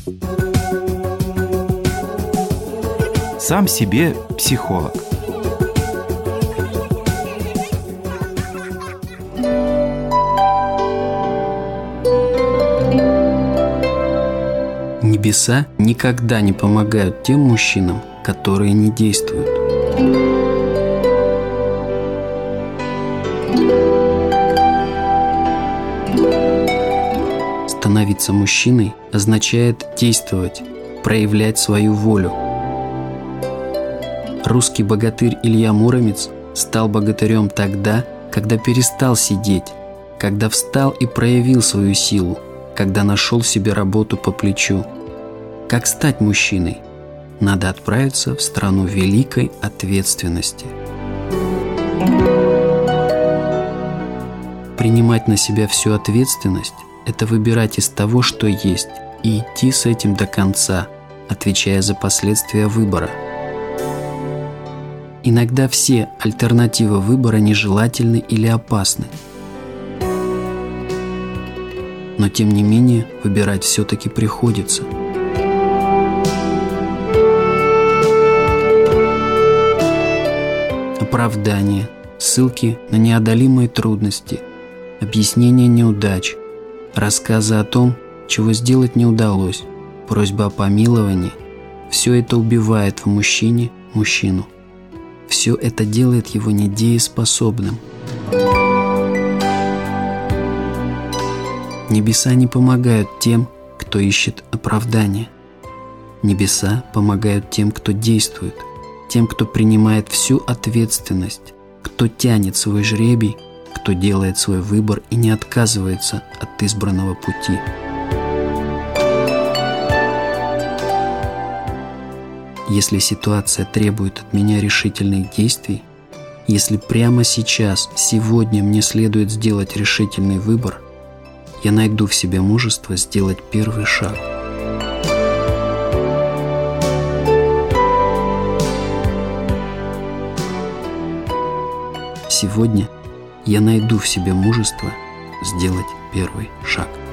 Сам себе психолог. Небеса никогда не помогают тем мужчинам, которые не действуют. Становиться мужчиной означает действовать, проявлять свою волю. Русский богатырь Илья Муромец стал богатырем тогда, когда перестал сидеть, когда встал и проявил свою силу, когда нашел себе работу по плечу. Как стать мужчиной? Надо отправиться в страну великой ответственности. Принимать на себя всю ответственность – это выбирать из того, что есть, и идти с этим до конца, отвечая за последствия выбора. Иногда все альтернативы выбора нежелательны или опасны. Но тем не менее выбирать все-таки приходится. Оправдания, ссылки на неодолимые трудности, объяснения неудач, рассказы о том, чего сделать не удалось, просьба о помиловании – все это убивает в мужчине мужчину. Все это делает его недееспособным. Небеса не помогают тем, кто ищет оправдания. Небеса помогают тем, кто действует, тем, кто принимает всю ответственность, кто тянет свой жребий, кто делает свой выбор и не отказывается от избранного пути. Если ситуация требует от меня решительных действий, если прямо сейчас, сегодня мне следует сделать решительный выбор, я найду в себе мужество сделать первый шаг. Сегодня я найду в себе мужество сделать первый шаг.